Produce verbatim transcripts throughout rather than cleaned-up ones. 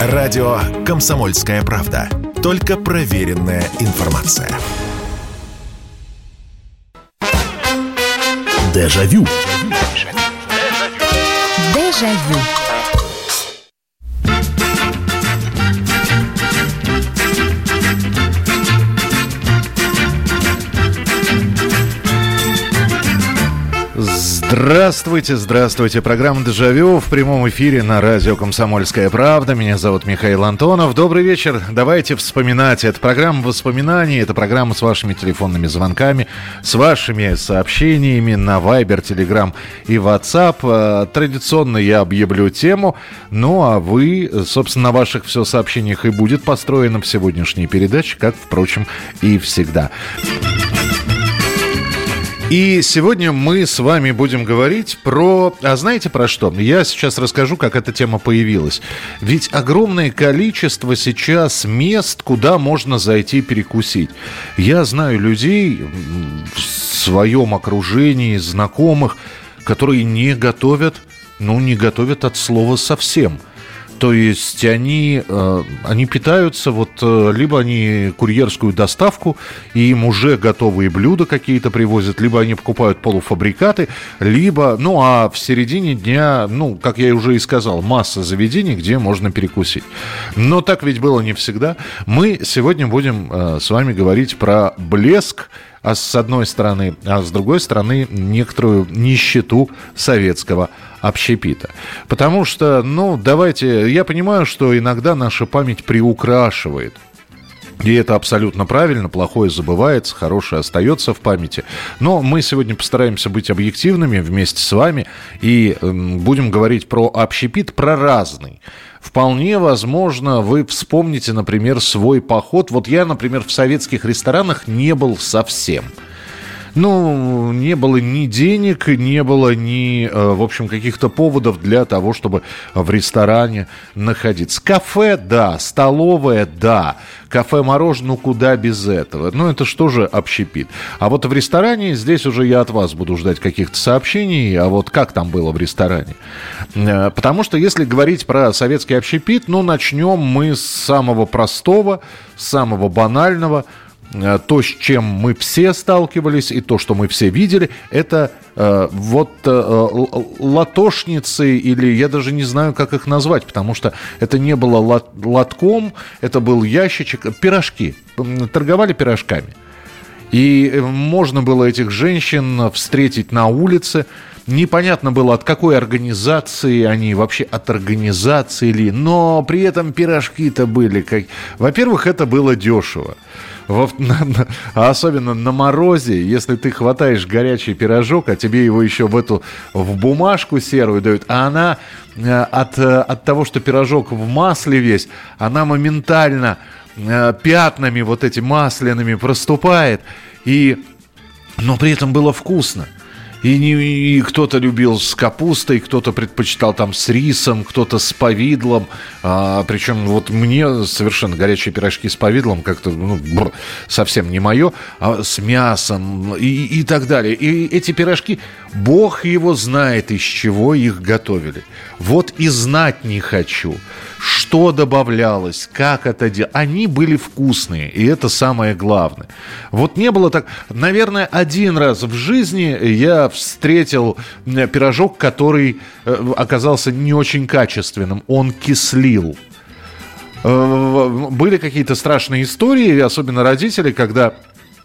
Радио «Комсомольская правда». Только проверенная информация. Дежавю. Дежавю. Здравствуйте, здравствуйте. Программа «Дежавю» в прямом эфире на радио «Комсомольская правда». Меня зовут Михаил Антонов. Добрый вечер. Давайте вспоминать. Это программа воспоминаний, это программа с вашими телефонными звонками, с вашими сообщениями на Viber, Telegram и WhatsApp. Традиционно я объявлю тему, ну а вы, собственно, на ваших все сообщениях и будет построена в сегодняшней передаче, как, впрочем, и всегда. И сегодня мы с вами будем говорить про... А знаете про что? Я сейчас расскажу, как эта тема появилась. Ведь огромное количество сейчас мест, куда можно зайти перекусить. Я знаю людей в своем окружении, знакомых, которые не готовят, ну, не готовят от слова совсем. То есть они, э, они питаются, вот, э, либо они курьерскую доставку, и им уже готовые блюда какие-то привозят, либо они покупают полуфабрикаты, либо, ну, а в середине дня, ну, как я уже и сказал, масса заведений, где можно перекусить. Но так ведь было не всегда. Мы сегодня будем э, с вами говорить про блеск, а с одной стороны, а с другой стороны, некоторую нищету советского общепита. Потому что, ну, давайте, я понимаю, что иногда наша память приукрашивает. И это абсолютно правильно, плохое забывается, хорошее остается в памяти. Но мы сегодня постараемся быть объективными вместе с вами и э, будем говорить про общепит, про разный. Вполне возможно, вы вспомните, например, свой поход. Вот я, например, в советских ресторанах не был совсем. Ну, не было ни денег, не было ни, в общем, каких-то поводов для того, чтобы в ресторане находиться. Кафе, да, столовая, да. Кафе-мороженое, ну куда без этого? Ну, это что же общепит? А вот в ресторане, здесь уже я от вас буду ждать каких-то сообщений, а вот как там было в ресторане? Потому что если говорить про советский общепит, ну, начнем мы с самого простого, с самого банального. То, с чем мы все сталкивались, и то, что мы все видели, это э, вот э, латошницы, или я даже не знаю, как их назвать, потому что это не было лот, лотком, это был ящичек, пирожки, торговали пирожками. И можно было этих женщин встретить на улице. Непонятно было, от какой организации они, вообще от организации ли, но при этом пирожки-то были как... Во-первых, это было дешево. Во, на, на, а особенно на морозе, если ты хватаешь горячий пирожок, а тебе его еще в эту в бумажку серую дают, а она э, от, э, от того, что пирожок в масле весь, она моментально э, пятнами вот этими масляными проступает, и, но при этом было вкусно. И, не, и кто-то любил с капустой, кто-то предпочитал там с рисом, кто-то с повидлом. А, причем вот мне совершенно горячие пирожки с повидлом как-то ну, бр, совсем не мое, а с мясом и, и так далее. И эти пирожки, бог его знает, из чего их готовили. Вот и знать не хочу, что добавлялось, как это делать. Они были вкусные, и это самое главное. Вот не было так... Наверное, один раз в жизни я встретил пирожок, который оказался не очень качественным. Он кислил. Были какие-то страшные истории, особенно родители, когда...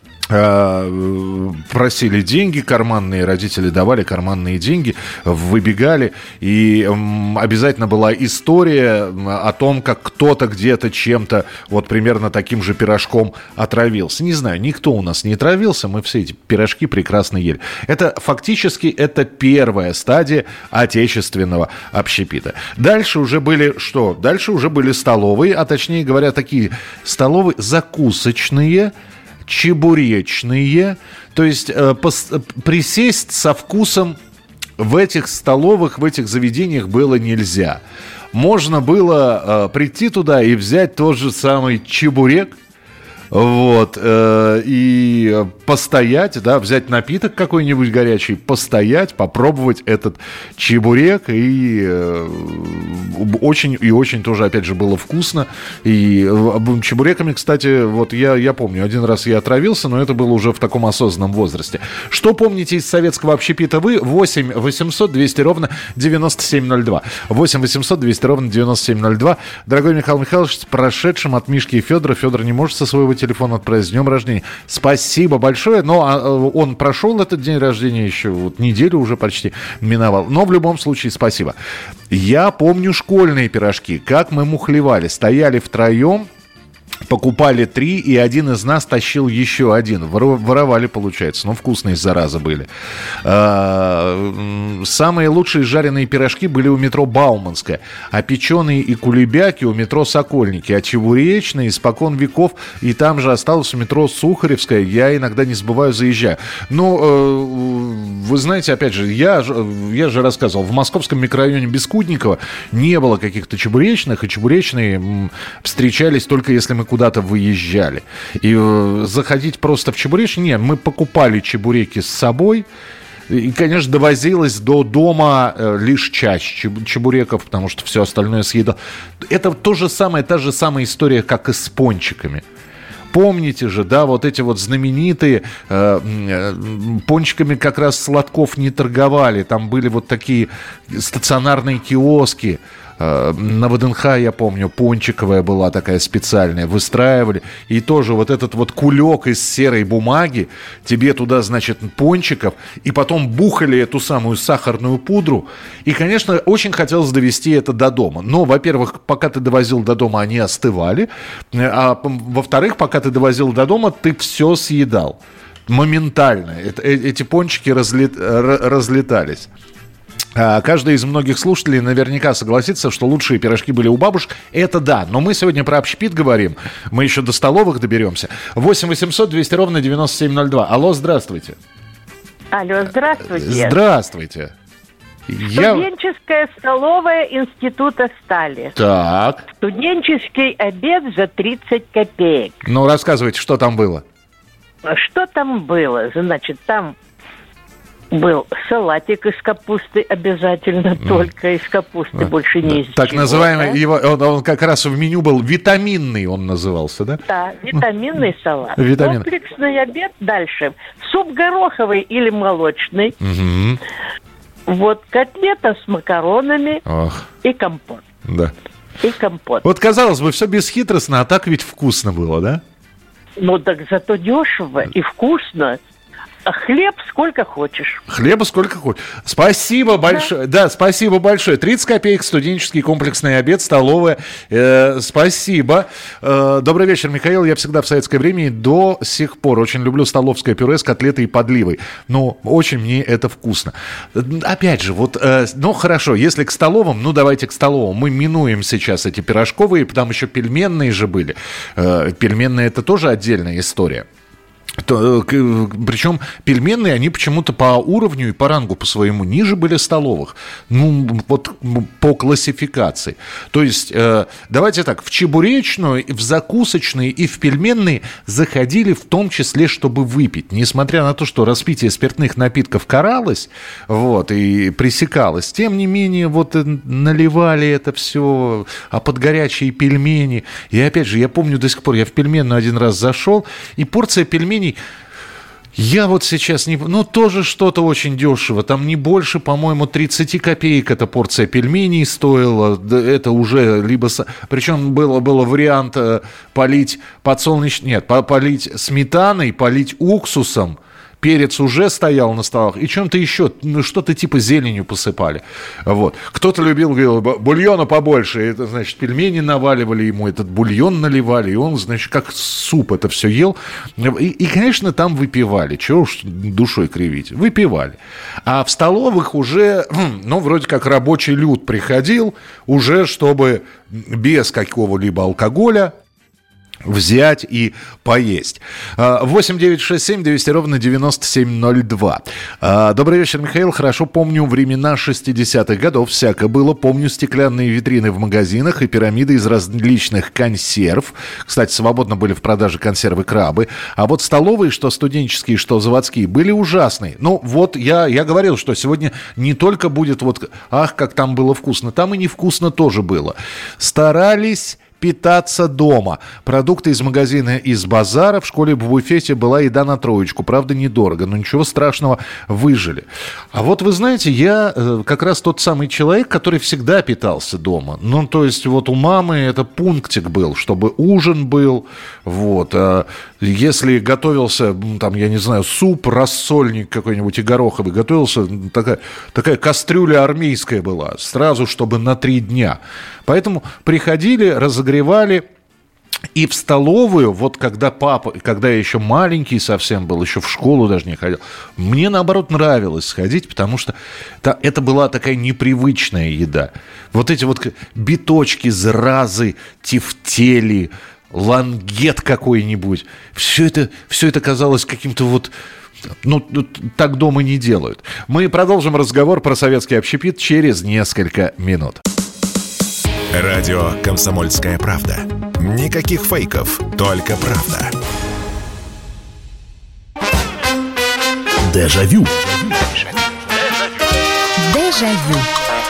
просили деньги карманные, родители давали карманные деньги, выбегали, и обязательно была история о том, как кто-то где-то чем-то, вот примерно таким же пирожком отравился. Не знаю, никто у нас не травился, мы все эти пирожки прекрасно ели. Это фактически это первая стадия отечественного общепита. Дальше уже были что? Дальше уже были столовые, а точнее говоря, такие столовые закусочные, чебуречные, то есть э, пос, присесть со вкусом в этих столовых, в этих заведениях было нельзя. Можно было э, прийти туда и взять тот же самый чебурек, Вот, э, и постоять, да, взять напиток какой-нибудь горячий, постоять, попробовать этот чебурек, и э, очень, и очень тоже, опять же, было вкусно. И чебуреками, кстати, вот я, я помню, один раз я отравился, но это было уже в таком осознанном возрасте. Что помните из советского общепита вы? восемь восемьсот двести ровно девяносто семь ноль два. восемь восемьсот двести ровно девяносто семь ноль два. Дорогой Михаил Михайлович, с прошедшим от Мишки и Федора. Федор не может со своего телефон отправить. С днем рождения. Спасибо большое. Но он прошел этот день рождения еще, вот неделю уже почти миновал. Но в любом случае спасибо. Я помню школьные пирожки. Как мы мухлевали. Стояли втроем, покупали три, и один из нас тащил еще один. Воровали, получается. Но вкусные, зараза, были. Самые лучшие жареные пирожки были у метро Бауманская. А печеные и кулебяки у метро Сокольники. А чебуречные испокон веков. И там же осталось у метро Сухаревская. Я иногда не забываю, заезжаю. Но вы знаете, опять же, я, я же рассказывал, в московском микрорайоне Бескудникова не было каких-то чебуречных. И чебуречные встречались только если мы куда-то выезжали. И э, заходить просто в чебуречный... Нет, мы покупали чебуреки с собой. И, конечно, довозилось до дома э, лишь часть чебуреков, потому что все остальное съедал. Это то же самое, та же самая история, как и с пончиками. Помните же, да, вот эти вот знаменитые э, э, пончиками как раз Сладков не торговали. Там были вот такие стационарные киоски. На ВДНХ, я помню, пончиковая была такая специальная, выстраивали. И тоже вот этот вот кулек из серой бумаги, тебе туда, значит, пончиков, и потом бухали эту самую сахарную пудру. И, конечно, очень хотелось довести это до дома. Но, во-первых, пока ты довозил до дома, они остывали. А во-вторых, пока ты довозил до дома, ты все съедал. Моментально. Это, эти пончики разлет, разлетались. Каждый из многих слушателей наверняка согласится, что лучшие пирожки были у бабушек. Это да, но мы сегодня про общепит говорим. Мы еще до столовых доберемся. восемь восемьсот двести ровно девяносто семь ноль два. Алло, здравствуйте. Алло, здравствуйте. Здравствуйте. Студенческая Я... столовая Института Стали. Так. Студенческий обед за тридцать копеек. Ну, рассказывайте, что там было. Что там было? Значит, там... был салатик из капусты обязательно, mm. только из капусты, mm. больше не из Так чего, называемый, да? его, он, он как раз в меню был витаминный, он назывался, да? Да, витаминный mm. салат. Витамин. Комплексный обед дальше. Суп гороховый или молочный. Mm-hmm. Вот котлета с макаронами oh. и компот. Да. И компот. Вот, казалось бы, все бесхитростно, а так ведь вкусно было, да? Ну, так зато дешево и вкусно. Хлеб сколько хочешь. Хлеба сколько хочешь. Спасибо большое. Да, да, спасибо большое. тридцать копеек, студенческий комплексный обед, столовая. Э, спасибо. Э, добрый вечер, Михаил. Я всегда в советское время и до сих пор очень люблю столовское пюре с котлетой и подливой. Но очень мне это вкусно. Опять же, вот, э, ну хорошо, если к столовым, ну давайте к столовым. Мы минуем сейчас эти пирожковые, там еще пельменные же были. Э, пельменные — это тоже отдельная история. То, причем пельменные, они почему-то по уровню и по рангу по своему ниже были столовых. Ну, вот по классификации. То есть, э, давайте так, в чебуречную, в закусочные и в пельменные заходили в том числе, чтобы выпить. Несмотря на то, что распитие спиртных напитков каралось, вот, и пресекалось, тем не менее, вот наливали это все, а под горячие пельмени. И опять же, я помню до сих пор, я в пельменную один раз зашел, и порция пельменей, я вот сейчас не... Ну, тоже что-то очень дешево. Там не больше, по-моему, тридцать копеек эта порция пельменей стоила. Это уже либо... Причем было, было вариант полить подсолнечный... Нет, полить сметаной, полить уксусом. Перец уже стоял на столах, и чем-то еще, ну, что-то типа зеленью посыпали. Вот. Кто-то любил, говорил, бульона побольше. Это, значит, пельмени наваливали ему, этот бульон наливали, и он, значит, как суп это все ел. И, и конечно, там выпивали. Чего уж душой кривить? Выпивали. А в столовых уже, ну, вроде как рабочий люд приходил, уже чтобы без какого-либо алкоголя, взять и поесть. восемь девятьсот шестьдесят семь двести ровно девяносто семь ноль два. Добрый вечер, Михаил. Хорошо помню времена шестидесятых годов. Всякое было. Помню стеклянные витрины в магазинах и пирамиды из различных консерв. Кстати, свободно были в продаже консервы крабы. А вот столовые, что студенческие, что заводские, были ужасные. Ну, вот я, я говорил, что сегодня не только будет вот «ах, как там было вкусно», там и невкусно тоже было. Старались питаться дома. Продукты из магазина, из базара. В школе в буфете была еда на троечку. Правда, недорого, но ничего страшного, выжили. А вот вы знаете, я э, как раз тот самый человек, который всегда питался дома. Ну, то есть вот у мамы это пунктик был, чтобы ужин был. Вот. А если готовился, там, я не знаю, суп, рассольник какой-нибудь и гороховый, готовился, такая, такая кастрюля армейская была. Сразу, чтобы на три дня. Поэтому приходили, разогревали, и в столовую, вот когда папа, когда я еще маленький совсем был, еще в школу даже не ходил, мне, наоборот, нравилось сходить, потому что это была такая непривычная еда. Вот эти вот биточки, зразы, тефтели, лангет какой-нибудь, все это, все это казалось каким-то вот... Ну, так дома не делают. Мы продолжим разговор про советский общепит через несколько минут. Радио «Комсомольская правда». Никаких фейков, только правда. Дежавю. Дежавю.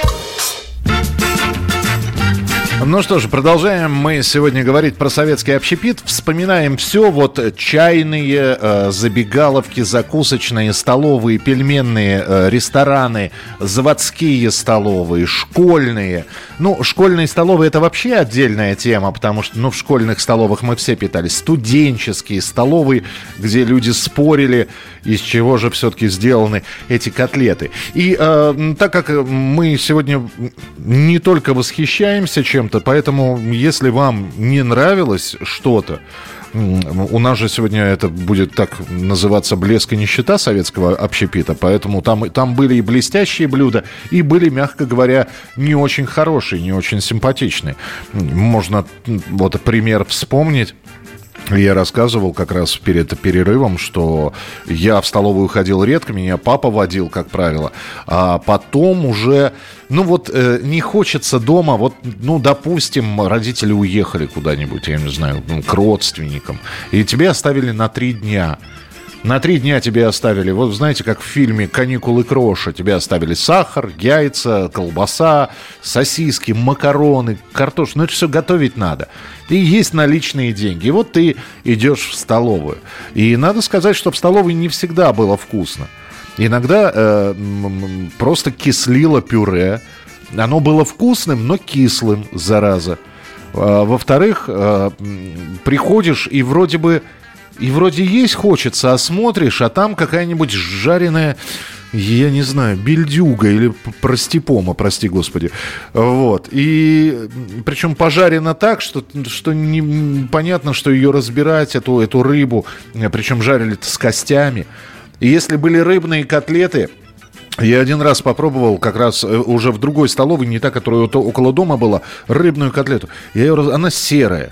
Ну что же, продолжаем мы сегодня говорить про советский общепит. Вспоминаем все, вот чайные, э, забегаловки, закусочные, столовые, пельменные, э, рестораны, заводские столовые, школьные. Ну, школьные столовые — это вообще отдельная тема, потому что, ну, в школьных столовых мы все питались. Студенческие столовые, где люди спорили, из чего же все-таки сделаны эти котлеты. И э, так как мы сегодня не только восхищаемся чем-то, поэтому, если вам не нравилось что-то, у нас же сегодня это будет так называться «Блеск и нищета» советского общепита, поэтому там, там были и блестящие блюда, и были, мягко говоря, не очень хорошие, не очень симпатичные. Можно вот пример вспомнить. Я рассказывал как раз перед перерывом, что я в столовую ходил редко, меня папа водил, как правило, а потом уже, ну вот, э, не хочется дома, вот, ну, допустим, родители уехали куда-нибудь, я не знаю, ну, к родственникам, и тебя оставили на три дня. На три дня тебе оставили, вот знаете, как в фильме «Каникулы Кроша», тебе оставили сахар, яйца, колбаса, сосиски, макароны, картошку. Ну, это все готовить надо. И есть наличные деньги. И вот ты идешь в столовую. И надо сказать, что в столовой не всегда было вкусно. Иногда э, просто кислило пюре. Оно было вкусным, но кислым, зараза. А, во-вторых, э, приходишь и вроде бы И вроде есть хочется, а смотришь, а там какая-нибудь жареная, я не знаю, бельдюга или простипома, прости господи. Вот. И причем пожарена так, что, что не, понятно, что ее разбирать, эту, эту рыбу, причем жарили-то с костями. И если были рыбные котлеты... Я один раз попробовал, как раз уже в другой столовой, не та, которая около дома была, рыбную котлету. Я ее, она серая.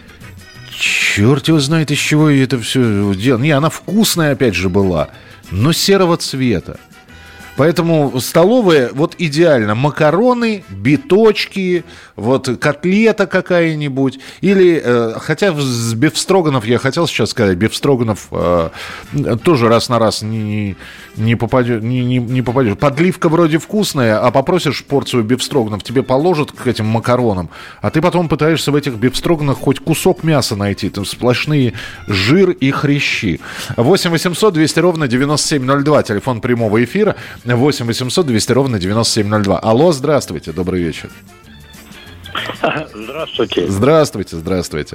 Черт его знает, из чего это все делано. Не, она вкусная, опять же, была, но серого цвета. Поэтому столовая вот идеально. Макароны, биточки, вот котлета какая-нибудь. Или, э, хотя с бефстроганов, я хотел сейчас сказать, бефстроганов э, тоже раз на раз не, не, попадет, не, не, не попадешь. Подливка вроде вкусная, а попросишь порцию бефстроганов, тебе положат к этим макаронам, а ты потом пытаешься в этих бефстроганах хоть кусок мяса найти. Там сплошные жир и хрящи. восемь восемьсот двести ровно девяносто семь ноль два, телефон прямого эфира. восемь восемьсот двести ровно девяносто семь ноль два. Алло, здравствуйте, добрый вечер. Здравствуйте. Здравствуйте, здравствуйте.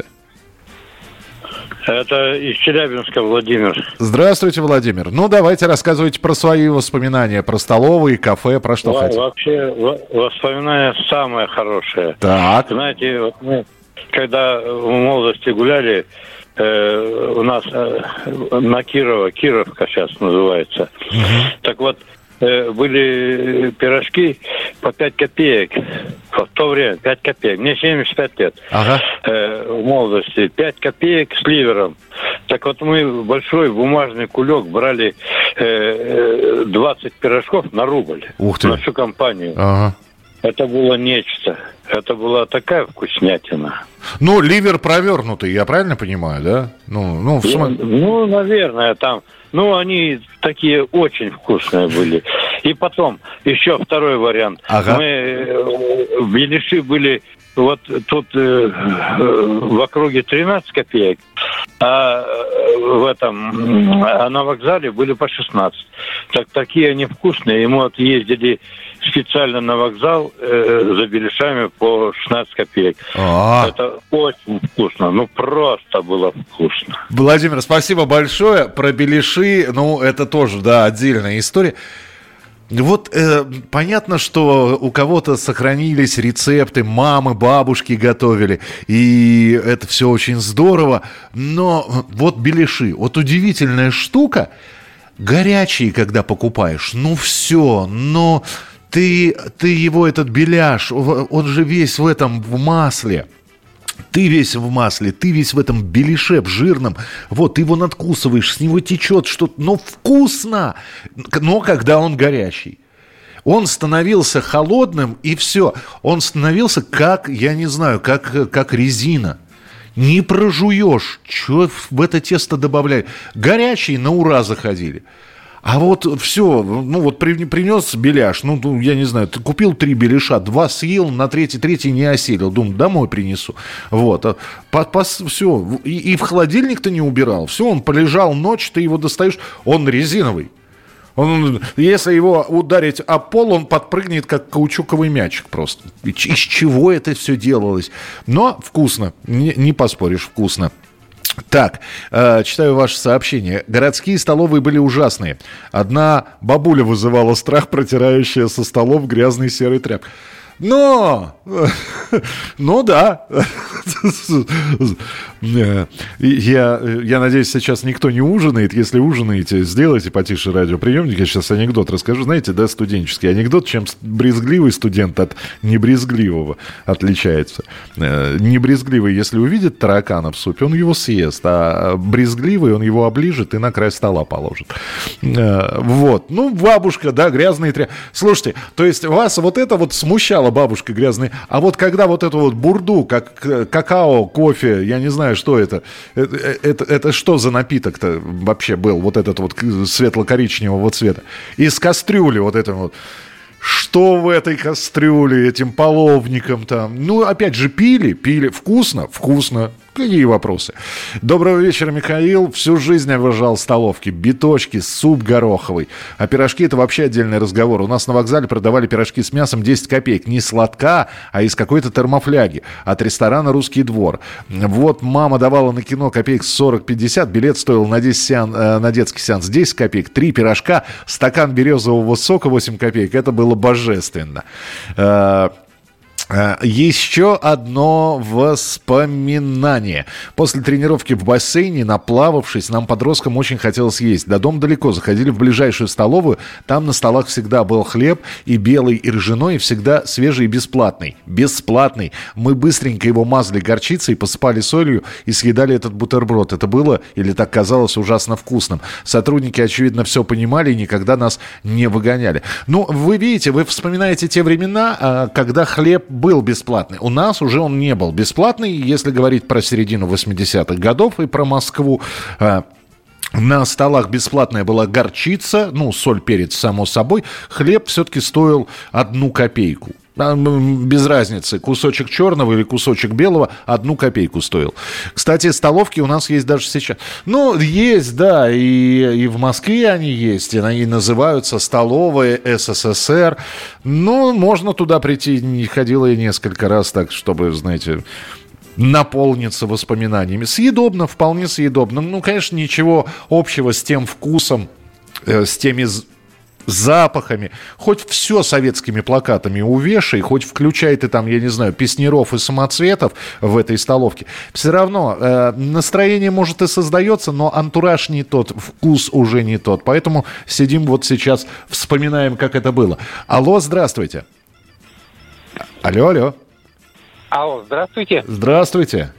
Это из Челябинска Владимир. Здравствуйте, Владимир. Ну, давайте рассказывайте про свои воспоминания, про столовые, кафе, про что Во- хотите. Вообще, воспоминания самые хорошие. Так. Знаете, вот мы, когда в молодости гуляли, э, у нас э, на Кирова, Кировка сейчас называется. Угу. Так вот, были пирожки по пять копеек. В то время пять копеек. Мне семьдесят пять лет. Ага. Э, в молодости. пять копеек с ливером. Так вот мы большой бумажный кулек брали э, двадцать пирожков на рубль. Ух ты. На всю компанию. Ага. Это было нечто. Это была такая вкуснятина. Ну, ливер провернутый, я правильно понимаю, да? Ну, ну, в смысле... ну наверное, там... Ну, они такие очень вкусные были. И потом, еще второй вариант. Ага. Мы... Беляши были вот тут э, в округе тринадцать копеек, а в этом... А на вокзале были по шестнадцать. Так, такие они вкусные. И мы вот ездили специально на вокзал э, за беляшами по шестнадцать копеек. А-а-а. Это очень вкусно. Ну, просто было вкусно. Владимир, спасибо большое. Про беляши, ну, это тоже, да, отдельная история. Вот э, понятно, что у кого-то сохранились рецепты, мамы, бабушки готовили, и это все очень здорово, но вот беляши, вот удивительная штука, горячие, когда покупаешь, ну все, ну ты, ты его, этот беляш, он же весь в этом, в масле. Ты весь в масле, ты весь в этом беляше, в жирном. Вот, ты его надкусываешь, с него течет что-то. Но вкусно! Но когда он горячий. Он становился холодным, и все. Он становился как, я не знаю, как, как резина. Не прожуешь. Что в это тесто добавляют? Горячие на ура заходили. А вот все, ну вот принес беляш, ну, я не знаю, ты купил три беляша, два съел, на третий, третий не осилил, думаю, домой принесу. Вот, по, по, все, и, и в холодильник ты не убирал, все, он полежал ночь, ты его достаешь, он резиновый. Он, если его ударить об пол, он подпрыгнет, как каучуковый мячик просто. Из чего это все делалось? Но вкусно, не, не поспоришь, вкусно. Так, э, читаю ваше сообщение. Городские столовые были ужасные. Одна бабуля вызывала страх, протирающая со столов грязный серый тряп. Но, ну да, я, я надеюсь, сейчас никто не ужинает. Если ужинаете, сделайте потише радиоприемник. Я сейчас анекдот расскажу. Знаете, да, студенческий анекдот, чем брезгливый студент от небрезгливого отличается. Небрезгливый, если увидит таракана в супе, он его съест, а брезгливый, он его оближет и на край стола положит. Вот, ну, бабушка, да, грязные тряпки. Слушайте, то есть вас вот это вот смущало, бабушка грязная. А вот когда вот эту вот бурду, как какао, кофе, я не знаю, что это, это, это, это что за напиток-то вообще был, вот этот вот светло-коричневого цвета. Из кастрюли вот это вот. Что в этой кастрюле, этим половником там? Ну, опять же, пили, пили. Вкусно? Вкусно. Какие вопросы? Доброго вечера, Михаил. Всю жизнь обожал столовки. Биточки, суп гороховый. А пирожки — это вообще отдельный разговор. У нас на вокзале продавали пирожки с мясом десять копеек. Не сладка, а из какой-то термофляги. От ресторана «Русский двор». Вот мама давала на кино копеек сорок-пятьдесят. Билет стоил на, десять сеан, э, на детский сеанс десять копеек. Три пирожка, стакан березового сока восемь копеек. Это было божественно. Э, Еще одно воспоминание. После тренировки в бассейне, наплававшись, нам, подросткам, очень хотелось есть. До дома далеко. Заходили в ближайшую столовую. Там на столах всегда был хлеб, и белый, и ржаной, и всегда свежий и бесплатный. Бесплатный. Мы быстренько его мазали горчицей, посыпали солью и съедали этот бутерброд. Это было, или так казалось, ужасно вкусным. Сотрудники, очевидно, все понимали и никогда нас не выгоняли. Ну, вы видите, вы вспоминаете те времена, когда хлеб был бесплатный. У нас уже он не был бесплатный, если говорить про середину восьмидесятых годов и про Москву. На столах бесплатная была горчица, ну, соль, перец, само собой. Хлеб все-таки стоил одну копейку. Без разницы, кусочек черного или кусочек белого, одну копейку стоил. Кстати, столовки у нас есть даже сейчас. Ну, есть, да, и, и в Москве они есть, и они называются столовые СССР. Ну, можно туда прийти, не ходила я несколько раз так, чтобы, знаете, наполниться воспоминаниями. Съедобно, вполне съедобно. Ну, конечно, ничего общего с тем вкусом, э, с теми запахами. Хоть все советскими плакатами увешай, хоть включай ты там, я не знаю, песняров и самоцветов в этой столовке. Все равно э, настроение, может, и создается, но антураж не тот, вкус уже не тот. Поэтому сидим вот сейчас, вспоминаем, как это было. Алло, здравствуйте. Алло, алло. Алло, здравствуйте. Здравствуйте.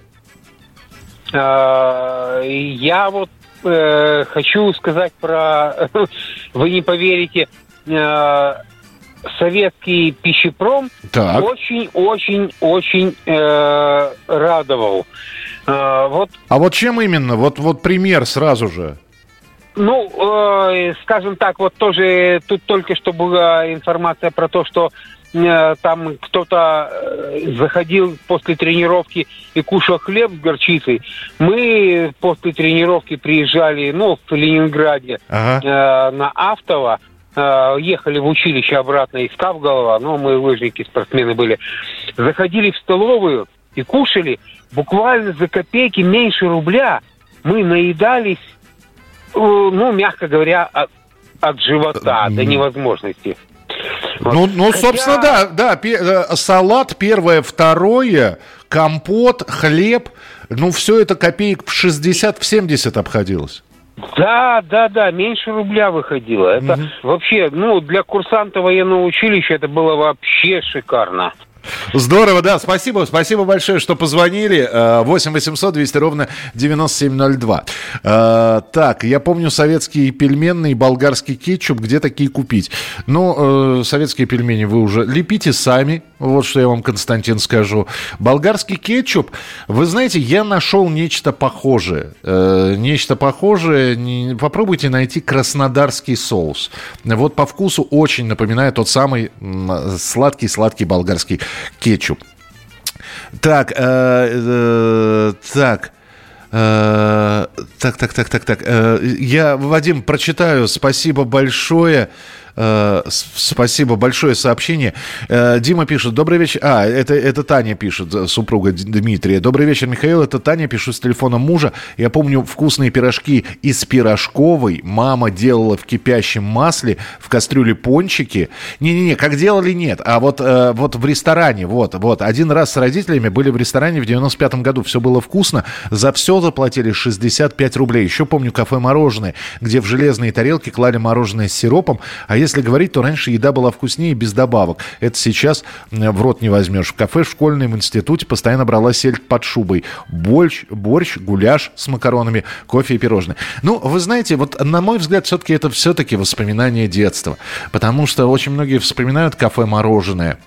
Я вот э, хочу сказать про, вы не поверите, э, советский пищепром очень-очень-очень э, радовал. Э, вот. А вот чем именно? Вот, вот пример сразу же. Ну, э, скажем так, вот тоже тут только что была информация про то, что э, там кто-то э, заходил после тренировки и кушал хлеб с горчицей. Мы после тренировки приезжали, ну, в Ленинграде, ага. э, на Автово, э, ехали в училище обратно из Кавголова, ну, мы лыжники, спортсмены были, заходили в столовую и кушали буквально за копейки меньше рубля. Мы наедались, ну, мягко говоря, от, от живота mm. до невозможности. Вот. Ну, ну Хотя... собственно, да, да, пе- салат первое, второе, компот, хлеб, ну, все это копеек в шестьдесят, в семьдесят обходилось. Да, да, да, меньше рубля выходило. Это mm-hmm. вообще, ну, для курсанта военного училища это было вообще шикарно. Здорово, да, спасибо, спасибо большое, что позвонили. восемь восемьсот двести ровно девяносто семь ноль два. Так, я помню советские пельменные, болгарский кетчуп, где такие купить? Ну, советские пельмени вы уже лепите сами, вот что я вам, Константин, скажу. Болгарский кетчуп, вы знаете, я нашел нечто похожее. Нечто похожее, попробуйте найти краснодарский соус. Вот по вкусу очень напоминает тот самый сладкий-сладкий болгарский кетчуп. Так, э, э, так, э, так, так, так, так, так. Э, я, Вадим, прочитаю. Спасибо большое. Э, спасибо большое сообщение. Э, Дима пишет, добрый вечер. А, это, это Таня пишет, супруга Дмитрия. Добрый вечер, Михаил. Это Таня, пишу с телефона мужа. Я помню вкусные пирожки из пирожковой. Мама делала в кипящем масле, в кастрюле пончики. Не-не-не, как делали, нет. А вот, э, вот в ресторане, вот, вот. Один раз с родителями были в ресторане в девяносто пятом году. Все было вкусно. За все заплатили шестьдесят пять рублей. Еще помню кафе «Мороженое», где в железные тарелки клали мороженое с сиропом. А если Если говорить, то раньше еда была вкуснее без добавок. Это сейчас в рот не возьмешь. В кафе, в школьном институте постоянно брала сельдь под шубой. Борщ, борщ, гуляш с макаронами, кофе и пирожные. Ну, вы знаете, вот на мой взгляд, все-таки это все-таки воспоминания детства. Потому что очень многие вспоминают кафе «Мороженое».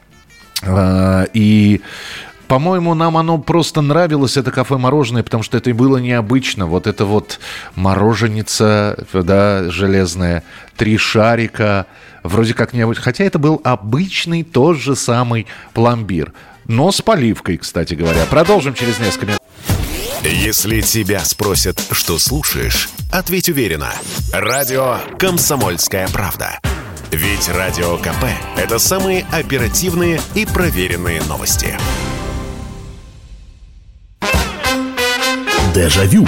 И... По-моему, нам оно просто нравилось, это кафе-мороженое, потому что это было необычно. Вот это вот мороженица, да, железная, три шарика, вроде как необычно. Хотя это был обычный тот же самый пломбир. Но с поливкой, кстати говоря. Продолжим через несколько минут. Если тебя спросят, что слушаешь, ответь уверенно. Радио «Комсомольская правда». Ведь Радио КП – это самые оперативные и проверенные новости. Дежавю.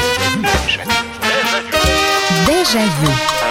Дежавю.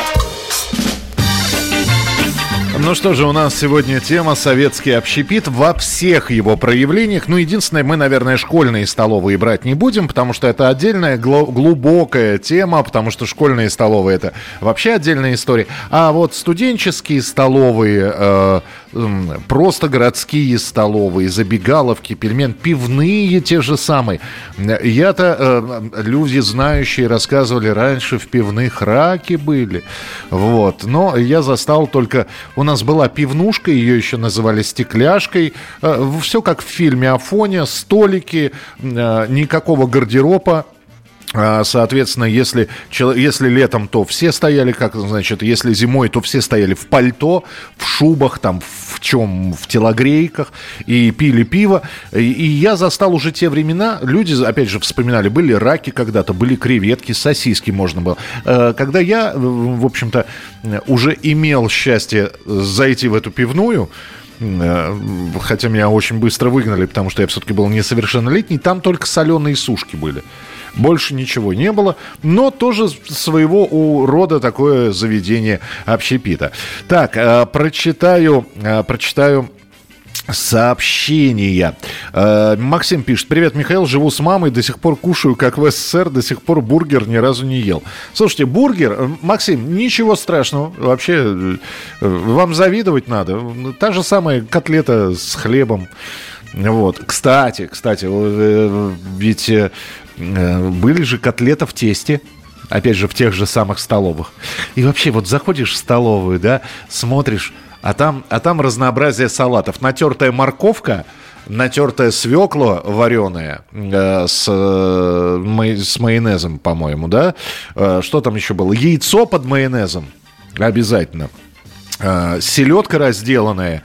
Ну что же, у нас сегодня тема «Советский общепит» во всех его проявлениях. Ну, единственное, мы, наверное, школьные столовые брать не будем, потому что это отдельная глубокая тема, потому что школьные столовые – это вообще отдельная история. А вот студенческие столовые, э, э, просто городские столовые, забегаловки, пельмен, пивные те же самые. Я-то, э, люди знающие, рассказывали, раньше в пивных раки были. Вот. Но я застал только... У нас была пивнушка, ее еще называли стекляшкой. Все как в фильме «Афоня», столики, никакого гардероба. Соответственно, если, если летом, то все стояли, как, значит, если зимой, то все стояли в пальто, в шубах, там, в чем, в телогрейках и пили пиво. И, и я застал уже те времена, люди, опять же, вспоминали, были раки когда-то, были креветки, сосиски можно было. Когда я, в общем-то, уже имел счастье зайти в эту пивную, хотя меня очень быстро выгнали, потому что я все-таки был несовершеннолетний, там только соленые сушки были. Больше ничего не было, но тоже своего у рода такое заведение общепита. Так, э, прочитаю, э, прочитаю сообщения. Э, Максим пишет: привет, Михаил, живу с мамой, до сих пор кушаю, как в СССР, до сих пор бургер ни разу не ел. Слушайте, бургер, Максим, ничего страшного, вообще вам завидовать надо. Та же самая котлета с хлебом. Вот. Кстати, кстати, ведь были же котлеты в тесте. Опять же, в тех же самых столовых. И вообще, вот заходишь в столовую, да, смотришь, а там, а там разнообразие салатов. Натертая морковка, натертая свекла вареная э, с, э, май, с майонезом, по-моему, да? Э, что там еще было? Яйцо под майонезом обязательно. Э, селедка разделанная.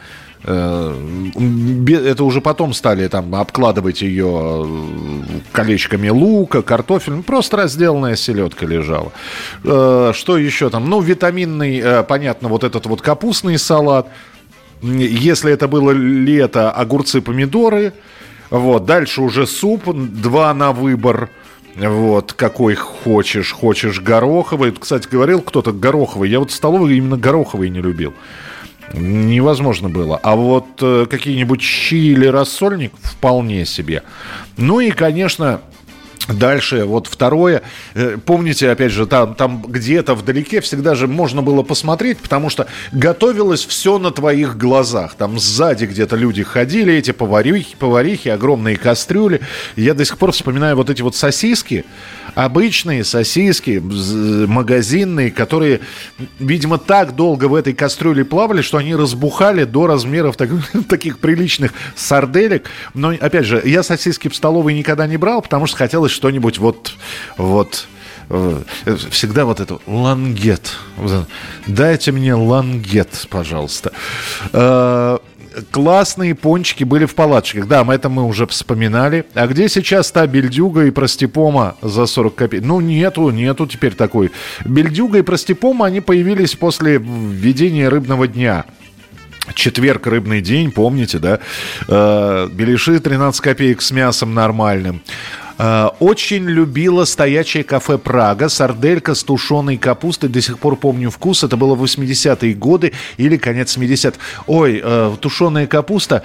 Это уже потом стали там обкладывать ее колечками лука, картофель. Просто разделанная селедка лежала. Что еще там? Ну, витаминный, понятно, вот этот вот капустный салат. Если это было лето, огурцы, помидоры. Вот. Дальше уже суп, два на выбор. Вот, какой хочешь. Хочешь гороховый. Кстати, говорил кто-то гороховый. Я вот в столовой именно гороховый не любил. Невозможно было. А вот э, какие-нибудь щи или рассольник вполне себе. Ну и, конечно, дальше вот второе. Э, помните, опять же, там, там где-то вдалеке всегда же можно было посмотреть, потому что готовилось все на твоих глазах. Там сзади где-то люди ходили, эти поварихи, поварихи, огромные кастрюли. Я до сих пор вспоминаю вот эти вот сосиски. Обычные сосиски, магазинные, которые, видимо, так долго в этой кастрюле плавали, что они разбухали до размеров так, таких приличных сарделек. Но, опять же, я сосиски в столовой никогда не брал, потому что хотелось что-нибудь вот... вот всегда вот это лангет. Дайте мне лангет, пожалуйста. Классные пончики были в палаточках. Да, это мы уже вспоминали. А где сейчас та бельдюга и простипома за сорок копеек? Ну, нету, нету теперь такой. Бельдюга и простипома, они появились после введения рыбного дня. Четверг, рыбный день, помните, да? Беляши тринадцать копеек с мясом нормальным. Очень любила стоячее кафе «Прага», сарделька с тушеной капустой. До сих пор помню вкус. Это было восьмидесятые годы или конец семидесятых. Ой, э, тушеная капуста.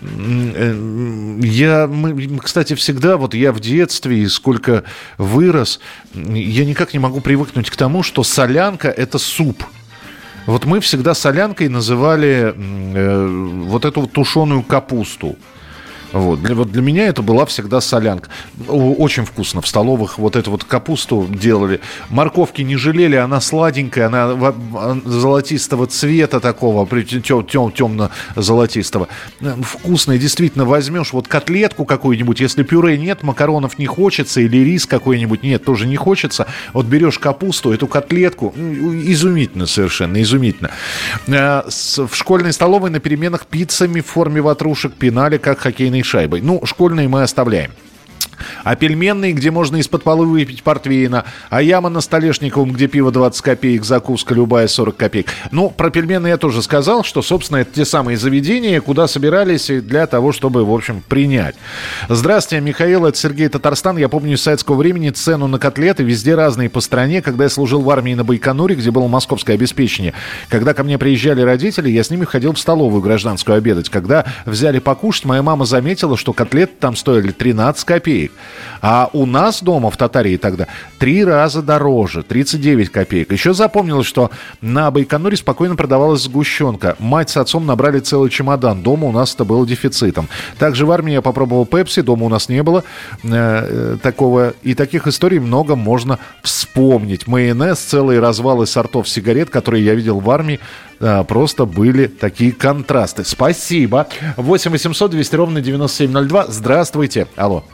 Я, мы, кстати, всегда, вот я в детстве, и сколько вырос, я никак не могу привыкнуть к тому, что солянка – это суп. Вот мы всегда солянкой называли э, вот эту вот тушеную капусту. Вот. Для, вот для меня это была всегда солянка. Очень вкусно. В столовых вот эту вот капусту делали. Морковки не жалели, она сладенькая, она золотистого цвета такого, тем, тем, темно-золотистого. Вкусная. Действительно, возьмешь вот котлетку какую-нибудь, если пюре нет, макаронов не хочется, или рис какой-нибудь нет, тоже не хочется. Вот берешь капусту, эту котлетку, изумительно совершенно, изумительно. В школьной столовой на переменах пиццами в форме ватрушек пинали, как хоккейный шайбой. Ну, школьные мы оставляем. А пельменные, где можно из-под полы выпить портвейна. А яма на Столешниковом, где пиво двадцать копеек, закуска любая сорок копеек. Ну, про пельмены я тоже сказал, что, собственно, это те самые заведения, куда собирались для того, чтобы, в общем, принять. Здравствуйте, Михаил, это Сергей, Татарстан. Я помню из советского времени цену на котлеты везде разные по стране. Когда я служил в армии на Байконуре, где было московское обеспечение, когда ко мне приезжали родители, я с ними ходил в столовую гражданскую обедать. Когда взяли покушать, моя мама заметила, что котлеты там стоили тринадцать копеек. А у нас дома в Татарии тогда три раза дороже, тридцать девять копеек. Еще запомнилось, что на Байконуре спокойно продавалась сгущенка. Мать с отцом набрали целый чемодан. Дома у нас это было дефицитом. Также в армии я попробовал пепси, дома у нас не было э, такого. И таких историй много можно вспомнить. Майонез, целые развалы сортов сигарет, которые я видел в армии. Да, просто были такие контрасты. Спасибо. восемь восемьсот двести ровно девяносто семь ноль два. Здравствуйте. Алло.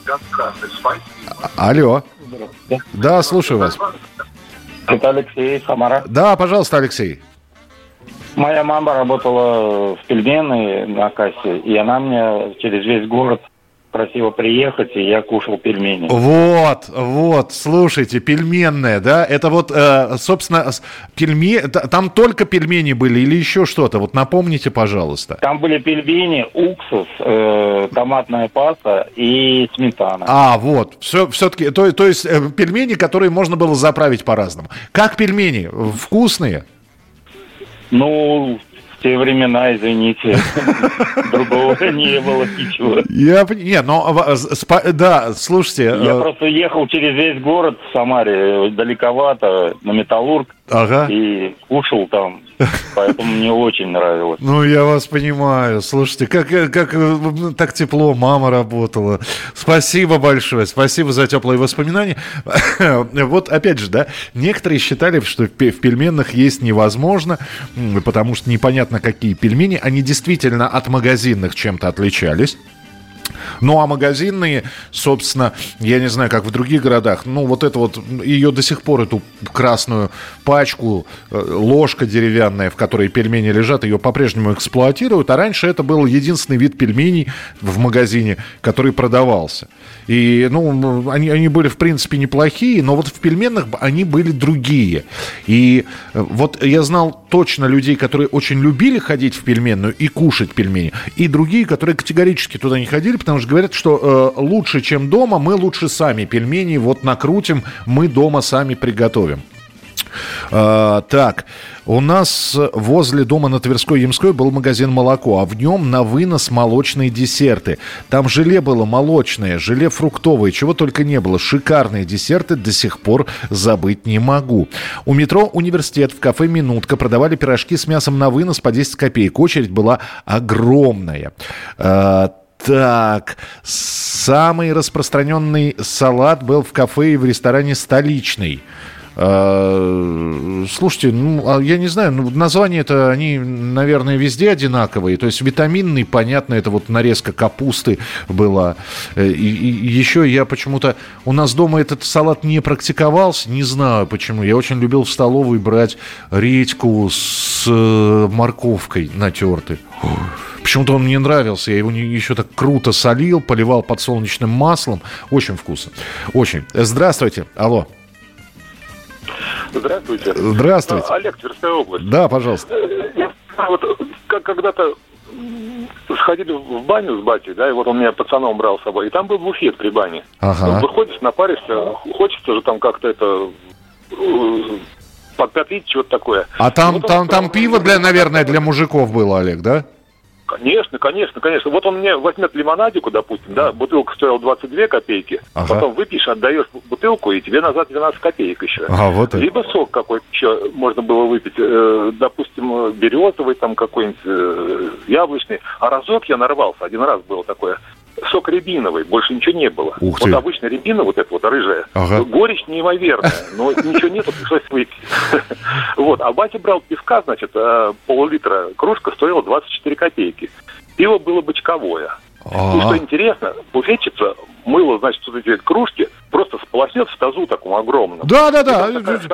Алло. Да, слушаю вас. Это Алексей, Самара. Да, пожалуйста, Алексей. Моя мама работала в пельменной на кассе, и она мне через весь город просила приехать, и я кушал пельмени. Вот, вот, слушайте, пельменная, да, это вот, э, собственно, пельмени, там только пельмени были или еще что-то, вот напомните, пожалуйста. Там были пельмени, уксус, э, томатная паста и сметана. А, вот, все, все-таки, то, то есть э, пельмени, которые можно было заправить по-разному. Как пельмени? Вкусные? Ну... В те времена, извините, другого не было ничего. Я, не, но, да, слушайте. Я просто ехал через весь город в Самаре, далековато, на Металлург. Ага. И кушал там, поэтому мне очень нравилось. Ну, я вас понимаю. Слушайте, как, как так тепло мама работала. Спасибо большое. Спасибо за теплые воспоминания. Вот опять же, да, некоторые считали, что в пельменных есть невозможно, потому что непонятно, какие пельмени. Они действительно от магазинных чем-то отличались. Ну, а магазинные, собственно, я не знаю, как в других городах, ну, вот это вот, ее до сих пор, эту красную пачку, ложка деревянная, в которой пельмени лежат, ее по-прежнему эксплуатируют, а раньше это был единственный вид пельменей в магазине, который продавался. И, ну, они, они были, в принципе, неплохие, но вот в пельменных они были другие. И вот я знал точно людей, которые очень любили ходить в пельменную и кушать пельмени, и другие, которые категорически туда не ходили, потому что говорят, что э, лучше, чем дома, мы лучше сами пельмени вот накрутим, мы дома сами приготовим. Uh, так, у нас возле дома на Тверской Ямской был магазин «Молоко», а в нем на вынос молочные десерты. Там желе было молочное, желе фруктовое, чего только не было. Шикарные десерты, до сих пор забыть не могу. У метро «Университет» в кафе «Минутка» продавали пирожки с мясом на вынос по десять копеек. Очередь была огромная. Uh, Так, самый распространенный салат был в кафе и в ресторане «Столичный». Слушайте, ну, я не знаю, ну, названия-то, они, наверное, везде одинаковые. То есть витаминный, понятно, это вот нарезка капусты была. И, и еще я почему-то... У нас дома этот салат не практиковался, не знаю почему. Я очень любил в столовой брать редьку с морковкой натертой. Почему-то он мне нравился. Я его еще так круто солил, поливал подсолнечным маслом. Очень вкусно. Очень. Здравствуйте. Алло. Здравствуйте. Здравствуйте. Олег, Тверская область. Да, пожалуйста. Вот как когда-то сходили в баню с батей, да, и вот он меня пацаном брал с собой, и там был буфет при бане. Ага. Выходишь, напаришься, хочется же там как-то это... подпятить, что-то такое. А там, вот там, он, там пиво, для, наверное, для мужиков было, Олег, да? Конечно, конечно, конечно. Вот он мне возьмет лимонадику, допустим, да, бутылка стоила двадцать две копейки, ага. Потом выпьешь, отдаешь бутылку, и тебе назад двенадцать копеек еще. Ага, вот либо это. Сок какой-то еще можно было выпить, э, допустим, березовый там какой-нибудь, э, яблочный. А разок я нарвался, один раз было такое. Сок рябиновый, больше ничего не было. Ух вот ты. Обычно рябина, вот эта вот рыжая, ага. Горечь неимоверная, но ничего нету, пришлось выпить. Вот, а батя брал пивка, значит, пол-литра кружка стоила двадцать четыре копейки. Пиво было бочковое. И что интересно, буфетчица мыла, значит, вот эти кружки, просто сполоснет в тазу таком огромном. Да-да-да.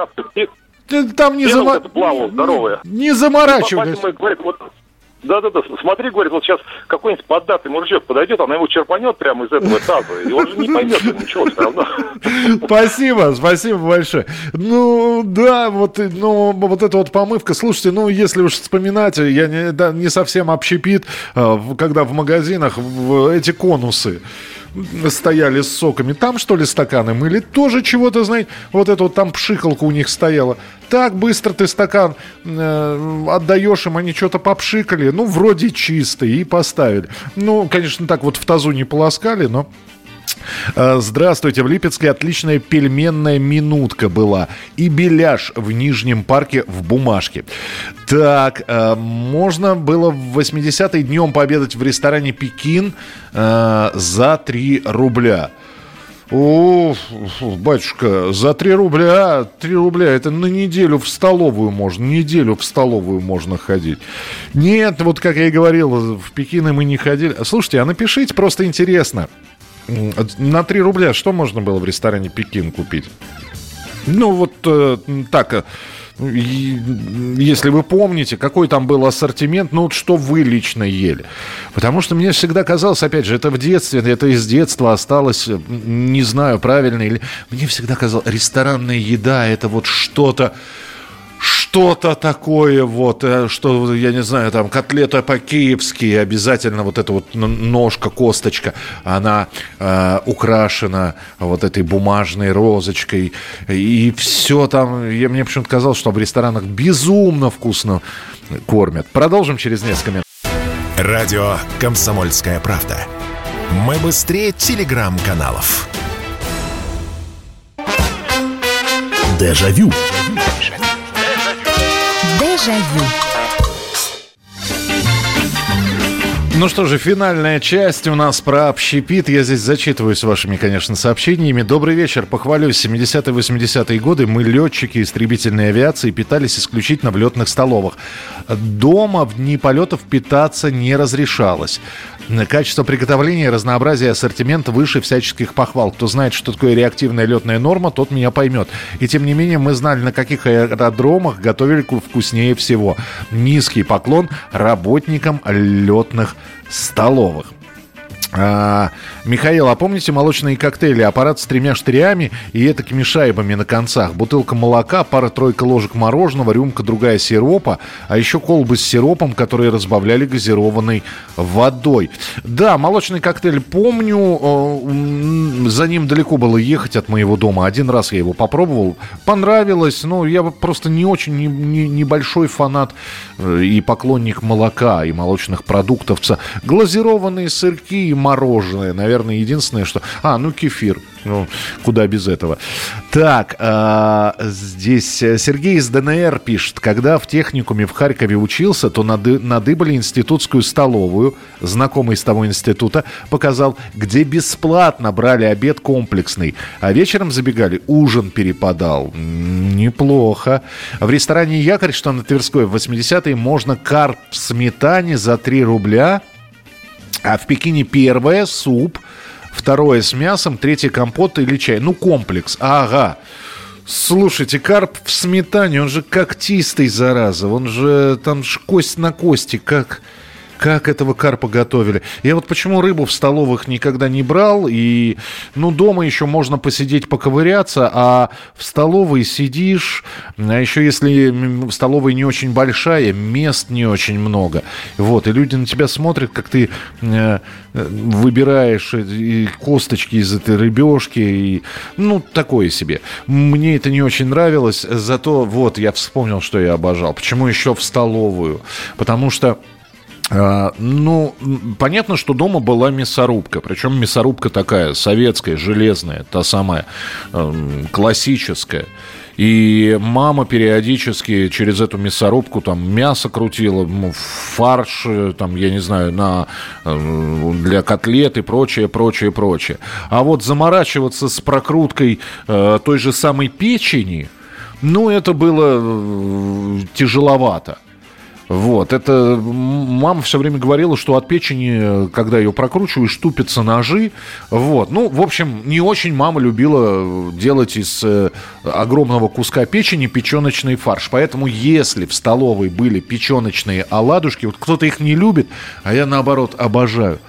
Там не, зама... плавала, не, не заморачивайся. Да-да-да, смотри, говорит, вот сейчас какой-нибудь поддатый мужик подойдет, она его черпанет прямо из этого таза, и он же не поймет ничего все равно. Спасибо, спасибо большое. Ну, да, вот, ну, вот эта вот помывка, слушайте, ну, если уж вспоминать, я не, да, не совсем общепит, когда в магазинах эти конусы стояли с соками. Там, что ли, стаканы мыли? Тоже чего-то, знаете, вот это вот там пшикалка у них стояла. Так быстро ты стакан э, отдаешь им, они что-то попшикали. Ну, вроде чистый, и поставили. Ну, конечно, так вот в тазу не полоскали, но... Здравствуйте, в Липецке отличная пельменная «Минутка» была. И беляш в Нижнем парке в бумажке. Так, можно было в восьмидесятые днем пообедать в ресторане «Пекин» за три рубля. О, батюшка, за три рубля, три рубля, это на неделю в столовую можно, неделю в столовую можно ходить. Нет, вот как я и говорил, в Пекины мы не ходили. Слушайте, а напишите, просто интересно. На три рубля что можно было в ресторане «Пекин» купить? Ну, вот э, так, э, если вы помните, какой там был ассортимент, ну, вот что вы лично ели. Потому что мне всегда казалось, опять же, это в детстве, это из детства осталось, не знаю, правильно или... Мне всегда казалось, ресторанная еда – это вот что-то... Что-то такое вот, что, я не знаю, там, котлета по-киевски, обязательно вот эта вот ножка, косточка, она э, украшена вот этой бумажной розочкой. И все там, я, мне почему-то казалось, что в ресторанах безумно вкусно кормят. Продолжим через несколько минут. Радио «Комсомольская правда». Мы быстрее телеграм-каналов. Дежавю. Дежавю. Ну что же, финальная часть у нас про общепит. Я здесь зачитываюсь вашими, конечно, сообщениями. Добрый вечер. Похвалюсь. семидесятые восьмидесятые годы мы, летчики истребительной авиации, питались исключительно в летных столовых. Дома в дни полетов питаться не разрешалось. Качество приготовления, разнообразие ассортимента выше всяческих похвал. Кто знает, что такое реактивная летная норма, тот меня поймет. И тем не менее, мы знали, на каких аэродромах готовили вкуснее всего. Низкий поклон работникам летных столовых. А, Михаил, а помните молочные коктейли? Аппарат с тремя штырями и этакими шайбами на концах. Бутылка молока, пара-тройка ложек мороженого, рюмка другая сиропа, а еще колбы с сиропом, которые разбавляли газированной водой. Да, молочный коктейль помню. За ним далеко было ехать от моего дома. Один раз я его попробовал. Понравилось, но я просто не очень не, не, небольшой фанат и поклонник молока и молочных продуктов. Глазированные сырки и мороженое. Наверное, единственное, что... А, ну, кефир. Ну, куда без этого. Так, а, здесь Сергей из ДНР пишет. Когда в техникуме в Харькове учился, то нады, надыбали институтскую столовую. Знакомый с того института показал, где бесплатно брали обед комплексный. А вечером забегали, ужин перепадал. Неплохо. В ресторане «Якорь», что на Тверской, в восьмидесятые можно карп в сметане за три рубля. А в Пекине первое – суп, второе – с мясом, третье – компот или чай. Ну, комплекс. Ага. Слушайте, карп в сметане, он же когтистый, зараза. Он же там ж кость на кости. Как, как этого карпа готовили? Я вот почему рыбу в столовых никогда не брал. И, ну, дома еще можно посидеть, поковыряться, а в столовой сидишь. А еще если столовая не очень большая, мест не очень много. Вот, и люди на тебя смотрят, как ты э, выбираешь и косточки из этой рыбешки. И, ну, такое себе. Мне это не очень нравилось. Зато вот я вспомнил, что я обожал. Почему еще в столовую? Потому что Uh, ну, понятно, что дома была мясорубка. Причем мясорубка такая советская, железная, та самая, э, классическая. И мама периодически через эту мясорубку там мясо крутила, фарш, там, я не знаю, на, для котлет и прочее, прочее, прочее. А вот заморачиваться с прокруткой э, той же самой печени, ну, это было тяжеловато. Вот, это мама все время говорила, что от печени, когда ее прокручиваешь, тупятся ножи. Вот, ну, в общем, не очень мама любила делать из огромного куска печени печеночный фарш. Поэтому, если в столовой были печеночные оладушки, вот кто-то их не любит, а я, наоборот, обожаю.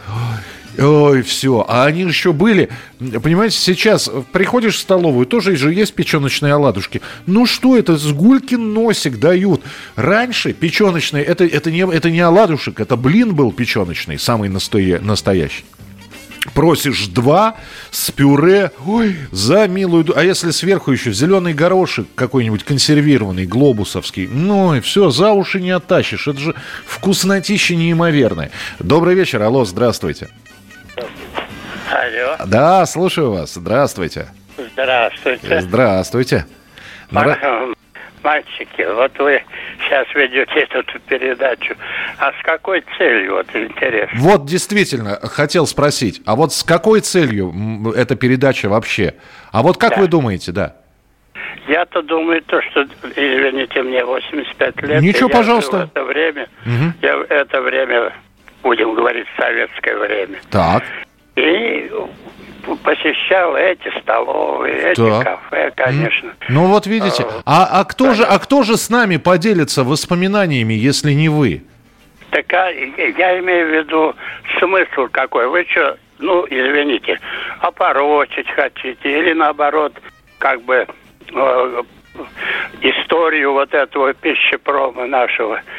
Ой, все. А они еще были, понимаете, сейчас приходишь в столовую, тоже же есть печеночные оладушки. Ну что это, с гулькин носик дают. Раньше печеночные, это, это, не, это не оладушек, это блин был печеночный, самый настоя, настоящий. Просишь два с пюре, ой, за милую... А если сверху еще зеленый горошек какой-нибудь консервированный, глобусовский, ну и все, за уши не оттащишь. Это же вкуснотища неимоверная. Добрый вечер, алло, здравствуйте. Алло. Да, слушаю вас. Здравствуйте. Здравствуйте. Здравствуйте. Нра... Мальчики, вот вы сейчас ведете эту передачу. А с какой целью, вот интересно? Вот действительно, хотел спросить, а вот с какой целью эта передача вообще? А вот как да. вы думаете, да? Я-то думаю, то, что, извините, мне восемьдесят пять лет. Ничего, я пожалуйста. В это время, угу. я в это время, будем говорить, советское время. Так. И посещал эти столовые, эти так. кафе, конечно. Ну вот видите, а, а, кто же, а кто же с нами поделится воспоминаниями, если не вы? Так а, я имею в виду смысл какой. Вы что, ну, извините, опорочить хотите или наоборот, как бы э, историю вот этого пищепрома нашего. А,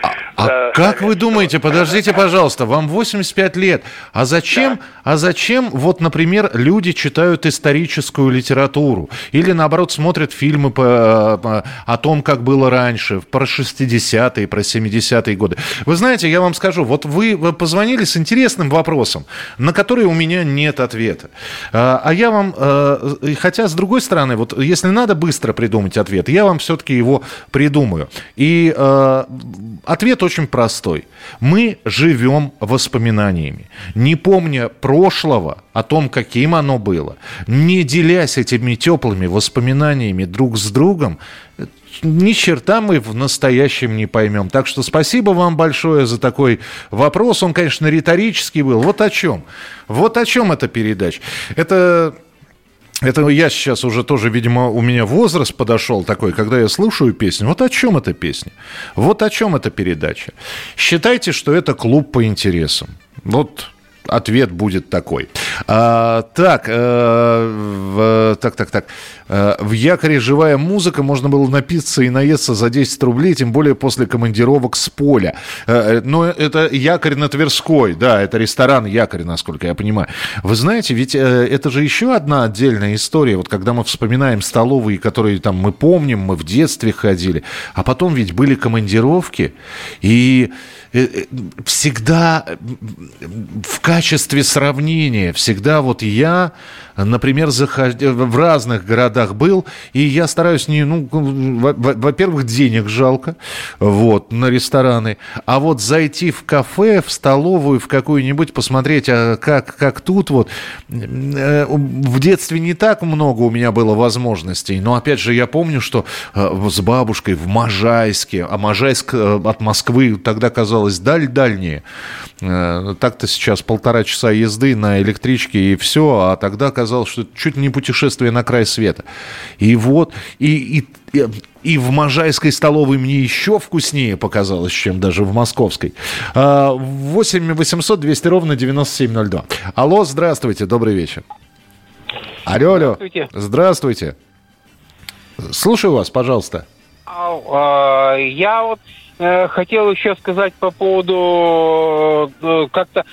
А э, как вы что... думаете, подождите, пожалуйста, вам восемьдесят пять лет, а зачем, да. а зачем, вот, например, люди читают историческую литературу или, наоборот, смотрят фильмы по, по, о том, как было раньше, про шестидесятые, про семидесятые годы? Вы знаете, я вам скажу, вот вы позвонили с интересным вопросом, на который у меня нет ответа. А я вам, хотя, с другой стороны, вот если надо быстро придумать ответ, я вам все-таки его придумаю. И ответ очень простой. Мы живем воспоминаниями. Не помня прошлого, о том, каким оно было, не делясь этими теплыми воспоминаниями друг с другом, ни черта мы в настоящем не поймем. Так что спасибо вам большое за такой вопрос. Он, конечно, риторический был. Вот о чем? Вот о чем эта передача? Это... Это я сейчас уже тоже, видимо, у меня возраст подошел такой, когда я слушаю песню. Вот о чем эта песня? Вот о чем эта передача? Считайте, что это клуб по интересам. Вот ответ будет такой. А, так, э, в, так, так, так. Э, в Якоре живая музыка, можно было напиться и наесться за десять рублей, тем более после командировок с поля. Э, но это Якорь на Тверской, да, это ресторан Якорь, насколько я понимаю. Вы знаете, ведь э, это же еще одна отдельная история, вот когда мы вспоминаем столовые, которые там мы помним, мы в детстве ходили, а потом ведь были командировки, и всегда в качестве сравнения, всегда вот я, например, заход... в разных городах был, и я стараюсь не, ну, во-первых, денег жалко, вот, на рестораны, а вот зайти в кафе, в столовую, в какую-нибудь, посмотреть, а как, как тут вот, в детстве не так много у меня было возможностей, но, опять же, я помню, что с бабушкой в Можайске, а Можайск от Москвы тогда казалось даль дальние. Так-то сейчас полтора часа езды на электричке и все, а тогда казалось, что это чуть не путешествие на край света. И вот, и, и, и в можайской столовой мне еще вкуснее показалось, чем даже в московской. восемь восемьсот двести ровно девяносто семь ноль два. Алло, здравствуйте, добрый вечер. Алло, алло. Здравствуйте. Здравствуйте. Слушаю вас, пожалуйста. Я вот хотел еще сказать по поводу как-то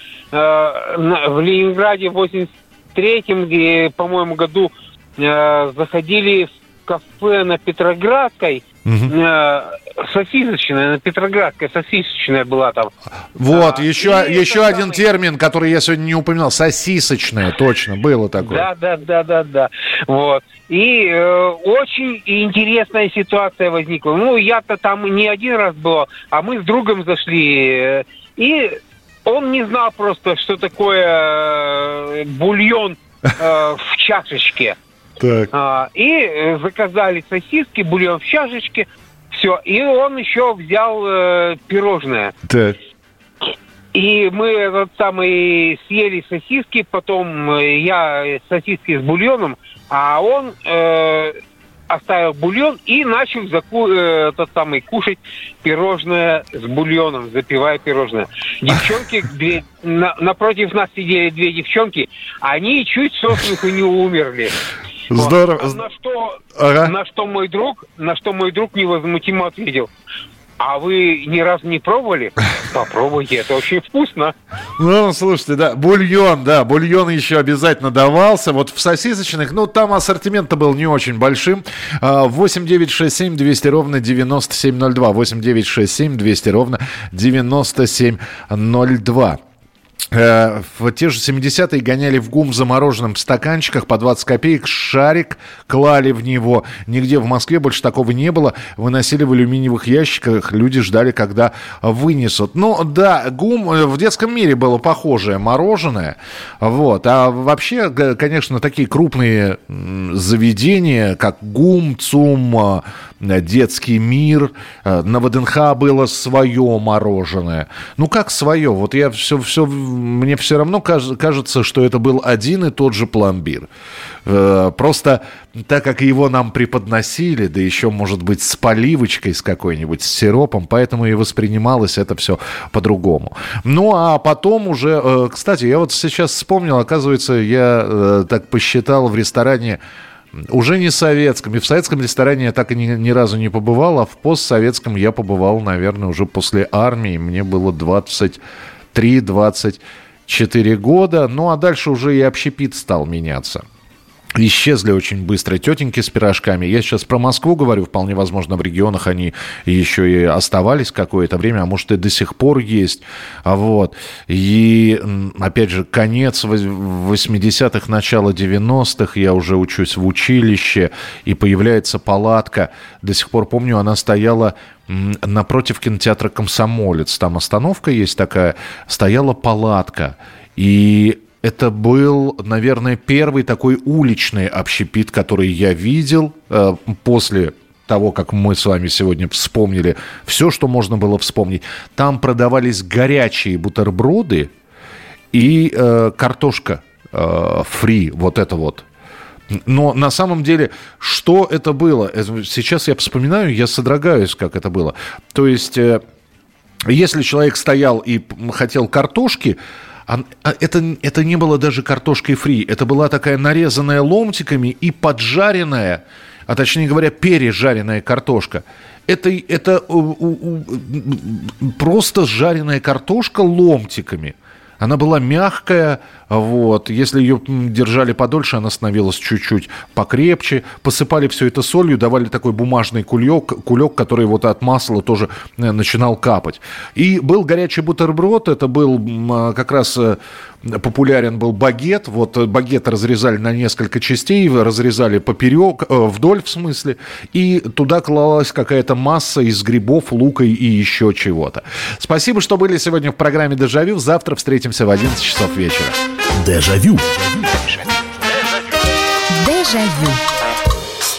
в Ленинграде в восемьдесят третьем, по-моему, году заходили в кафе на Петроградской, угу. Сосисочная, на Петроградской сосисочная была там. Вот, а, еще, еще один самый... термин, который я сегодня не упоминал, сосисочная, точно, было такое. Да, да, да, да, да, вот. И э, очень интересная ситуация возникла. Ну, я-то там не один раз был, а мы с другом зашли, и он не знал просто, что такое э, бульон э, в чашечке. Так. А, и заказали сосиски, бульон в чашечке, все. И он еще взял э, пирожное. Так. И мы этот самый съели сосиски, потом я сосиски с бульоном, а он э, оставил бульон и начал заку, э, этот самый кушать пирожное с бульоном, запивая пирожное. Девчонки, две, на, напротив нас сидели две девчонки, они чуть со смеху не умерли. Здорово. Вот. На что, ага. на что мой друг, на что мой друг невозмутимо ответил: а вы ни разу не пробовали? Попробуйте, это очень вкусно. Ну, слушайте, да, бульон, да, бульон еще обязательно давался. Вот в сосисочных, ну, там ассортимент-то был не очень большим. восемь девятьсот шестьдесят семь двести ровно девяносто семь ноль два. восемь девятьсот шестьдесят семь двести ровно девяносто семь ноль два. В те же семидесятые гоняли в ГУМ в замороженном стаканчиках по двадцать копеек, шарик клали в него. Нигде в Москве больше такого не было. Выносили в алюминиевых ящиках, люди ждали, когда вынесут. Ну да, ГУМ в детском мире было похожее мороженое. Вот. А вообще, конечно, такие крупные заведения, как ГУМ, ЦУМ, Детский мир, на ВДНХ было свое мороженое. Ну как свое? Вот я все, все, мне все равно кажется, что это был один и тот же пломбир. Просто так как его нам преподносили, да еще, может быть, с поливочкой с какой-нибудь, с сиропом, поэтому и воспринималось это все по-другому. Ну а потом уже, кстати, я вот сейчас вспомнил, оказывается, я так посчитал, в ресторане Уже не советском. И в советском ресторане я так и ни, ни разу не побывал, а в постсоветском я побывал, наверное, уже после армии. Мне было двадцать три - двадцать четыре года. Ну, а дальше уже и общепит стал меняться. Исчезли очень быстро тетеньки с пирожками. Я сейчас про Москву говорю. Вполне возможно, в регионах они еще и оставались какое-то время, а может, и до сих пор есть. Вот. И, опять же, конец восьмидесятых, начало девяностых. Я уже учусь в училище, и появляется палатка. До сих пор помню, она стояла напротив кинотеатра «Комсомолец». Там остановка есть такая. Стояла палатка. И... это был, наверное, первый такой уличный общепит, который я видел э, после того, как мы с вами сегодня вспомнили все, что можно было вспомнить. Там продавались горячие бутерброды и э, картошка э, фри, вот это вот. Но на самом деле, что это было? Сейчас я вспоминаю, я содрогаюсь, как это было. То есть, э, если человек стоял и хотел картошки, Это, это не было даже картошкой фри. Это была такая нарезанная ломтиками и поджаренная, а точнее говоря, пережаренная картошка. Это, это у, у, у, просто жареная картошка ломтиками. Она была мягкая, вот. Если ее держали подольше, она становилась чуть-чуть покрепче. Посыпали все это солью, давали такой бумажный кулек, кулек, который вот от масла тоже начинал капать. И был горячий бутерброд, это был как раз популярен был багет. Вот багет разрезали на несколько частей, разрезали поперек, вдоль в смысле, и туда клалась какая-то масса из грибов, лука и еще чего-то. Спасибо, что были сегодня в программе «Дежавю». Завтра встретимся в одиннадцать часов вечера. Дежавю. Дежавю.